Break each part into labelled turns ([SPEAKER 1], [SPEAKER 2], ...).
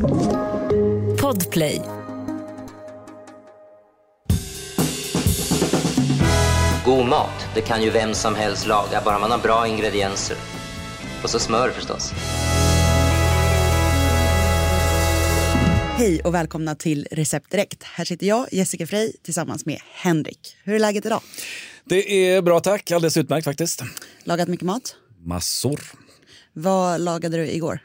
[SPEAKER 1] Podplay.
[SPEAKER 2] God mat, det kan ju vem som helst laga, bara man har bra ingredienser. Och så smör förstås.
[SPEAKER 3] Hej och välkomna till Recept Direkt. Här sitter jag, Jessica Frey, tillsammans med Henrik. Hur är läget idag?
[SPEAKER 4] Det är bra, tack. Alldeles utmärkt faktiskt.
[SPEAKER 3] Lagat mycket mat?
[SPEAKER 4] Massor.
[SPEAKER 3] Vad lagade du igår?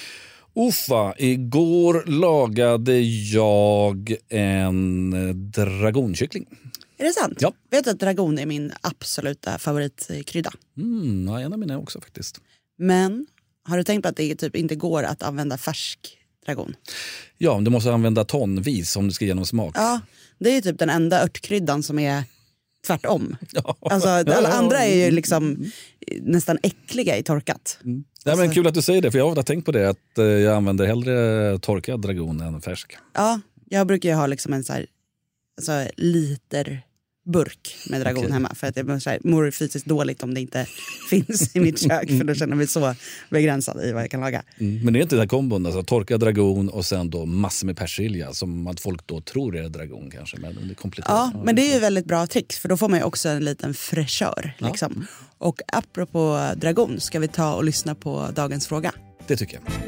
[SPEAKER 4] Igår lagade jag en dragonkyckling.
[SPEAKER 3] Är det sant?
[SPEAKER 4] Ja.
[SPEAKER 3] Vet du att dragon är min absoluta favoritkrydda?
[SPEAKER 4] Ja, en av mina också faktiskt.
[SPEAKER 3] Men har du tänkt på att det typ inte går att använda färsk dragon?
[SPEAKER 4] Ja, du måste använda tonvis om du ska ge någon smak.
[SPEAKER 3] Ja, det är typ den enda örtkryddan som är tvärtom.
[SPEAKER 4] Ja.
[SPEAKER 3] Alltså, alla andra är ju liksom nästan äckliga i torkat.
[SPEAKER 4] Nej, men kul att du säger det, för jag har tänkt på det att jag använder hellre torkad dragon än färsk.
[SPEAKER 3] Ja, jag brukar ju ha liksom en så här, alltså, liter burk med dragon hemma, för att jag mår fysiskt dåligt om det inte finns i mitt kök, för då känner jag mig så begränsad i vad jag kan laga.
[SPEAKER 4] Men det är inte den här kombon, alltså torkad dragon och sen då massor med persilja som att folk då tror är dragon kanske, men det kompletterar.
[SPEAKER 3] Ja, men det är ju väldigt bra tricks, för då får man ju också en liten fräschör liksom. Och apropå dragon, ska vi ta och lyssna på dagens fråga?
[SPEAKER 4] Det tycker jag.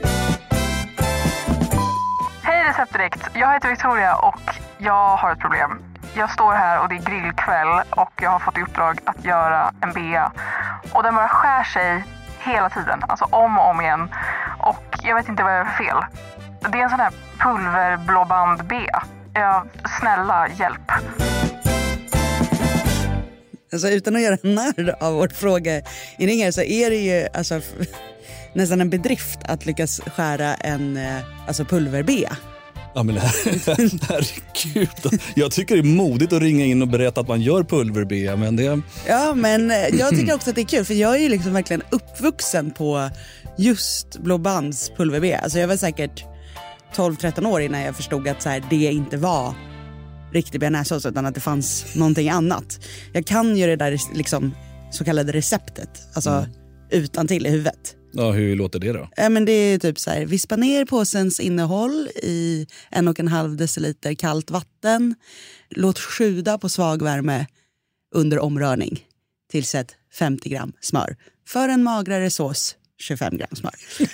[SPEAKER 5] Hej Recept Direkt, jag heter Victoria och jag har ett problem. Jag står här och det är grillkväll och jag har fått i uppdrag att göra en bea. Och den bara skär sig hela tiden, alltså om och om igen. Och jag vet inte vad jag gör för fel. Det är en sån här pulverblåband-bea. Snälla, hjälp.
[SPEAKER 3] Alltså utan att göra narr av vårt frågeinringare så är det ju alltså, nästan en bedrift att lyckas skära en pulverbea.
[SPEAKER 4] Ja, men herregud. Jag tycker det är modigt att ringa in och berätta att man gör pulverbea, men det... Ja,
[SPEAKER 3] men jag tycker också att det är kul, för jag är ju liksom verkligen uppvuxen på just blåbands pulverbea. Alltså jag var säkert 12-13 år innan jag förstod att så här, det inte var riktig bearnaisesås utan att det fanns någonting annat. Jag kan ju det där liksom så kallade receptet, alltså utan till i huvudet.
[SPEAKER 4] Ja, hur låter det då?
[SPEAKER 3] Men det är typ så här, vispa ner påsens innehåll i 1,5 deciliter kallt vatten. Låt sjuda på svag värme under omrörning. Tillsätt 50 gram smör. För en magrare sås, 25 gram smör.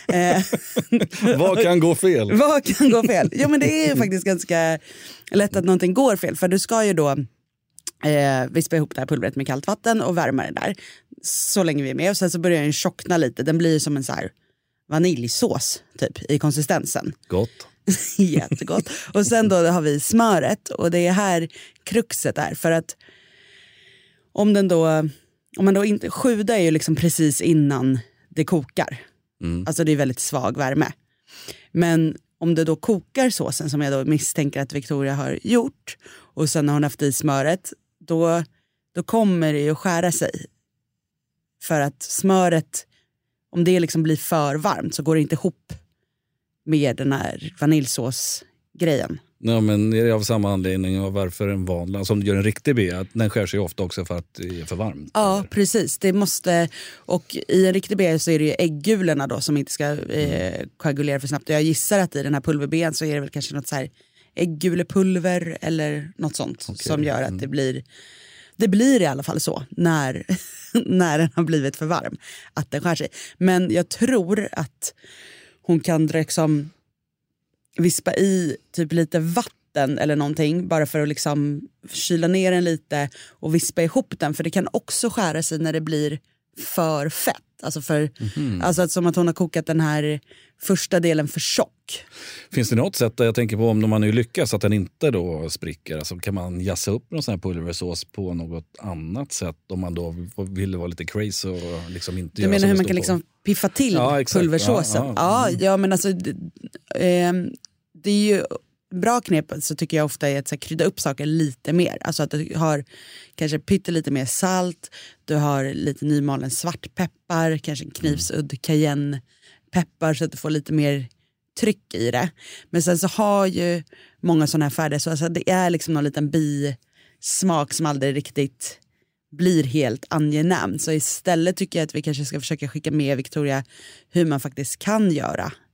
[SPEAKER 4] Vad kan gå fel?
[SPEAKER 3] Vad kan gå fel? Ja, men det är ju faktiskt ganska lätt att någonting går fel. För du ska ju då vispa ihop det här pulvret med kallt vatten och värma det där så länge vi är med. Och sen så börjar den tjockna lite. Den blir som en så här vaniljsås typ i konsistensen.
[SPEAKER 4] Gott.
[SPEAKER 3] Jättegott. Och sen då har vi smöret, och det är här kruxet är, för att om man då inte, sjuda är ju liksom precis innan det kokar. Alltså det är väldigt svag värme. Men om det då kokar såsen, som jag då misstänker att Victoria har gjort, och sen har hon haft i smöret, då kommer det ju att skära sig. För att smöret, om det liksom blir för varmt så går det inte ihop med den här vaniljsåsgrejen.
[SPEAKER 4] Ja, men är det av samma anledning av varför en vanlig, alltså om du gör en riktig bea, att den skär sig ofta också för att det är för varmt?
[SPEAKER 3] Ja,
[SPEAKER 4] eller?
[SPEAKER 3] Precis. Det måste, och i en riktig bea så är det ju äggulorna då som inte ska koagulera för snabbt. Och jag gissar att i den här pulverbean så är det väl kanske något så här äggulepulver eller något sånt som gör att det blir i alla fall så när den har blivit för varm att den skär sig. Men jag tror att hon kan liksom vispa i typ lite vatten eller någonting bara för att liksom kyla ner den lite och vispa ihop den, för det kan också skära sig när det blir för fett. Alltså som att hon har kokat den här första delen för tjock.
[SPEAKER 4] Finns det något sätt, jag tänker på om man nu lyckas att den inte då spricker, alltså kan man jassa upp någon sån här pulversås på något annat sätt om man då vill vara lite crazy och liksom inte göra. Du
[SPEAKER 3] menar hur man kan liksom piffa till pulversåsen? Ja, men alltså det är ju bra knep, så tycker jag ofta är att så här, krydda upp saker lite mer. Alltså att du har kanske pyttelite mer salt, du har lite nymalen svartpeppar, kanske en knivsudd cayennepeppar så att du får lite mer tryck i det. Men sen så har ju många sådana här färdiga, så alltså det är liksom någon liten bismak som aldrig riktigt blir helt angenäm. Så istället tycker jag att vi kanske ska försöka skicka med Victoria hur man faktiskt kan göra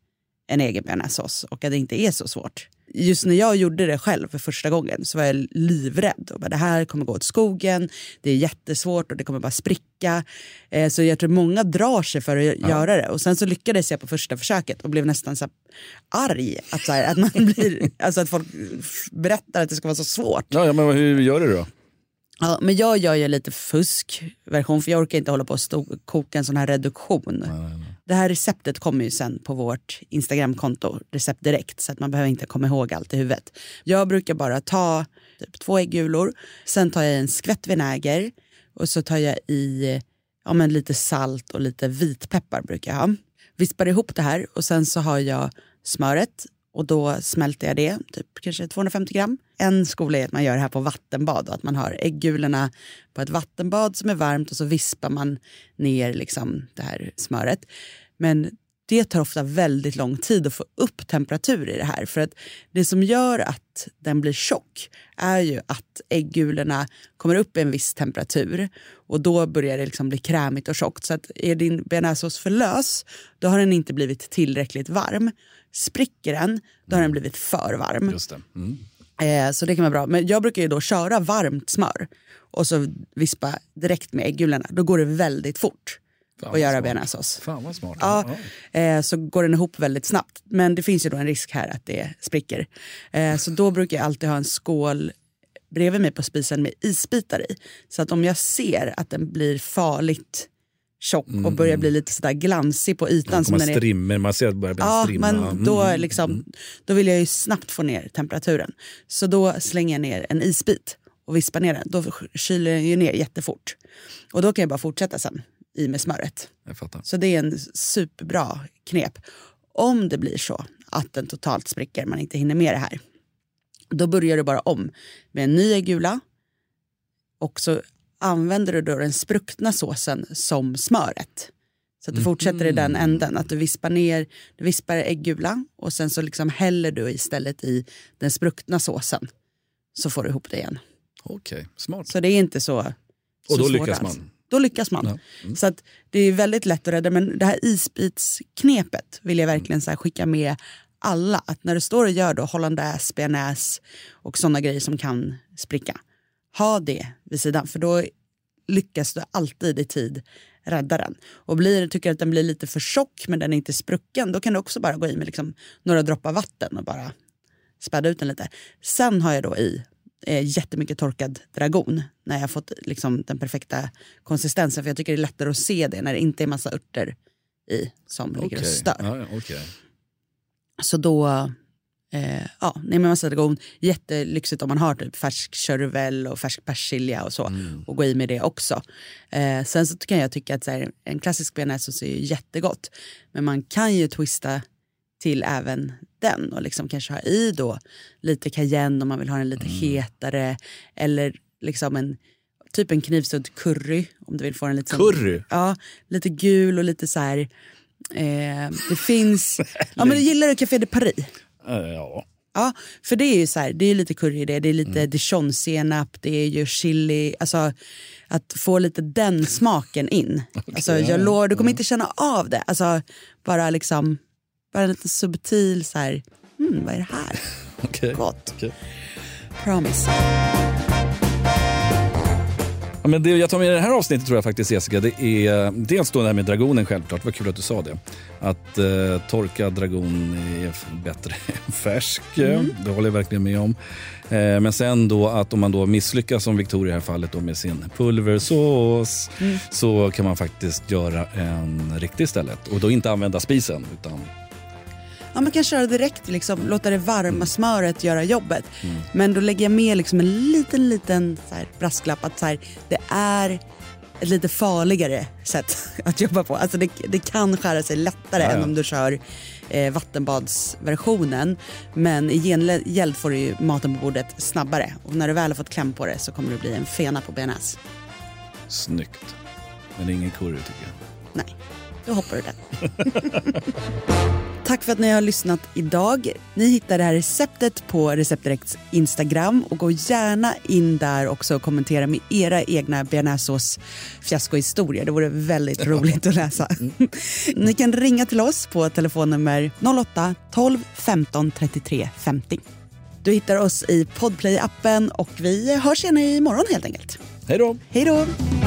[SPEAKER 3] en egen bearnaisesås och att det inte är så svårt. Just när jag gjorde det själv för första gången så var jag livrädd. Och bara, det här kommer gå åt skogen, det är jättesvårt och det kommer bara spricka. Så jag tror många drar sig för att göra det. Och sen så lyckades jag på första försöket och blev nästan så arg. Att man blir, alltså att folk berättar att det ska vara så svårt.
[SPEAKER 4] Ja, men hur gör du då?
[SPEAKER 3] Ja, men jag gör ju lite fuskversion för jag orkar inte hålla på och koka en sån här reduktion. Nej. Det här receptet kommer ju sen på vårt Instagramkonto, recept direkt, så att man behöver inte komma ihåg allt i huvudet. Jag brukar bara ta typ 2 äggulor, sen tar jag en skvätt vinäger och så tar jag i lite salt och lite vitpeppar brukar jag ha. Vispar ihop det här och sen så har jag smöret. Och då smälter jag det, typ kanske 250 gram. En skola är att man gör det här på vattenbad. Och att man har äggulorna på ett vattenbad som är varmt och så vispar man ner liksom det här smöret. Men det tar ofta väldigt lång tid att få upp temperatur i det här. För att det som gör att den blir tjock är ju att äggulorna kommer upp i en viss temperatur. Och då börjar det liksom bli krämigt och tjockt. Så att är din bearnaisesås för lös, då har den inte blivit tillräckligt varm. Spricker den, då har den blivit för varm.
[SPEAKER 4] Just det.
[SPEAKER 3] Så det kan vara bra. Men jag brukar ju då köra varmt smör och så vispa direkt med äggulorna. Då går det väldigt fort att göra bearnaisesås.
[SPEAKER 4] Fan vad smart.
[SPEAKER 3] Ja. Så går den ihop väldigt snabbt. Men det finns ju då en risk här att det spricker. Så då brukar jag alltid ha en skål bredvid mig på spisen med isbitar i. Så att om jag ser att den blir farligt tjock och börjar bli lite sådär glansig på ytan.
[SPEAKER 4] Som strimmer, man ser att det börjar bli strimma.
[SPEAKER 3] Men då vill jag ju snabbt få ner temperaturen. Så då slänger jag ner en isbit och vispar ner den. Då kyler den ju ner jättefort. Och då kan jag bara fortsätta sen i med smöret.
[SPEAKER 4] Jag fattar.
[SPEAKER 3] Så det är en superbra knep. Om det blir så att den totalt spricker, man inte hinner med det här. Då börjar du bara om med en ny äggula. Och så använder du då den spruckna såsen som smöret. Så att du fortsätter i den änden. Att du vispar äggula och sen så liksom häller du istället i den spruckna såsen. Så får du ihop det igen.
[SPEAKER 4] Okej, smart.
[SPEAKER 3] Så det är inte så
[SPEAKER 4] och då
[SPEAKER 3] svårt
[SPEAKER 4] lyckas man.
[SPEAKER 3] alls. Då lyckas man. Ja. Så att det är väldigt lätt att rädda. Men det här isbitsknepet vill jag verkligen så här skicka med alla. Att när du står och gör då hollandaise, bearnaise och sådana grejer som kan spricka. Ha det vid sidan. För då lyckas du alltid i tid rädda den. Och tycker att den blir lite för tjock men den är inte sprucken. Då kan du också bara gå i med liksom några droppar vatten och bara späda ut den lite. Sen har jag då i jättemycket torkad dragon när jag har fått liksom den perfekta konsistensen. För jag tycker det är lättare att se det när det inte är massa örter i som ligger och stör.
[SPEAKER 4] Ja, okay.
[SPEAKER 3] Så då med massa dragon. Jättelyxigt om man har typ färsk körvel och färsk persilja och så. Och gå i med det också. Sen så kan jag tycka att så här, en klassisk bearnaisesås är ju jättegott. Men man kan ju twista till även den och liksom kanske ha i då lite cayenne om man vill ha den lite hetare eller liksom en knivsudd curry om du vill få den lite
[SPEAKER 4] curry?
[SPEAKER 3] Ja, lite gul och lite så här det finns men du gillar du Café de Paris?
[SPEAKER 4] Ja.
[SPEAKER 3] Ja, för det är ju så här, det är lite curry det är lite dijonsenap, det är ju chili, alltså att få lite den smaken in. Okay, alltså jag lovar, du kommer inte känna av det. Alltså bara liksom bara lite subtil så här, vad är det här?
[SPEAKER 4] Okay.
[SPEAKER 3] Gott.
[SPEAKER 4] Okay.
[SPEAKER 3] Promise.
[SPEAKER 4] Ja, men det jag tar med i det här avsnittet tror jag faktiskt, Jessica, det är dels då det här med dragonen självklart. Vad kul att du sa det. Att torkad dragon är bättre än färsk. Det håller jag verkligen med om. Men sen då att om man då misslyckas som Victoria i det här fallet då med sin pulversås så kan man faktiskt göra en riktig istället. Och då inte använda spisen utan...
[SPEAKER 3] Ja, man kan köra direkt, liksom, låta det varma smöret göra jobbet. Men då lägger jag med liksom en liten så här brasklapp att så här, det är ett lite farligare sätt att jobba på. Alltså det kan skära sig lättare än om du kör vattenbadsversionen. Men i gengäld får du ju maten på bordet snabbare. Och när du väl har fått kläm på det så kommer det bli en fena på bearnaise.
[SPEAKER 4] Snyggt. Men det är ingen curry tycker jag.
[SPEAKER 3] Nej, då hoppar du den. tack för att ni har lyssnat idag. Ni hittar det här receptet på Recept Directs Instagram och gå gärna in där också och kommentera med era egna bearnaisesås fiaskohistorier. Det vore väldigt roligt att läsa. Ni kan ringa till oss på telefonnummer 08 12 15 33 50. Du hittar oss i Podplay-appen och vi hörs igen imorgon helt enkelt.
[SPEAKER 4] Hej då!
[SPEAKER 3] Hej då!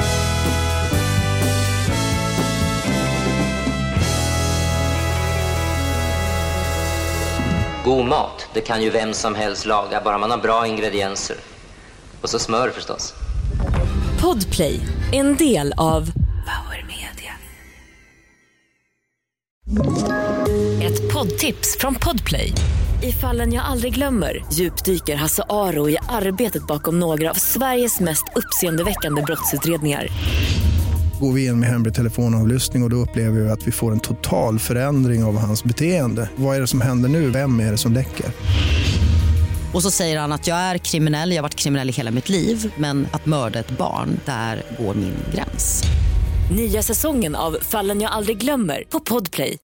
[SPEAKER 2] God mat, det kan ju vem som helst laga, bara man har bra ingredienser. Och så smör förstås.
[SPEAKER 1] Podplay, en del av Power Media. Ett poddtips från Podplay. I Fallen jag aldrig glömmer djupdyker Hasse Aro i arbetet bakom några av Sveriges mest uppseendeväckande brottsutredningar.
[SPEAKER 6] Går vi in med hemlig telefonavlyssning och då upplever vi att vi får en total förändring av hans beteende. Vad är det som händer nu? Vem är det som läcker?
[SPEAKER 7] Och så säger han att jag är kriminell, jag har varit kriminell i hela mitt liv. Men att mörda ett barn, där går min gräns.
[SPEAKER 1] Nya säsongen av Fallen jag aldrig glömmer på Podplay.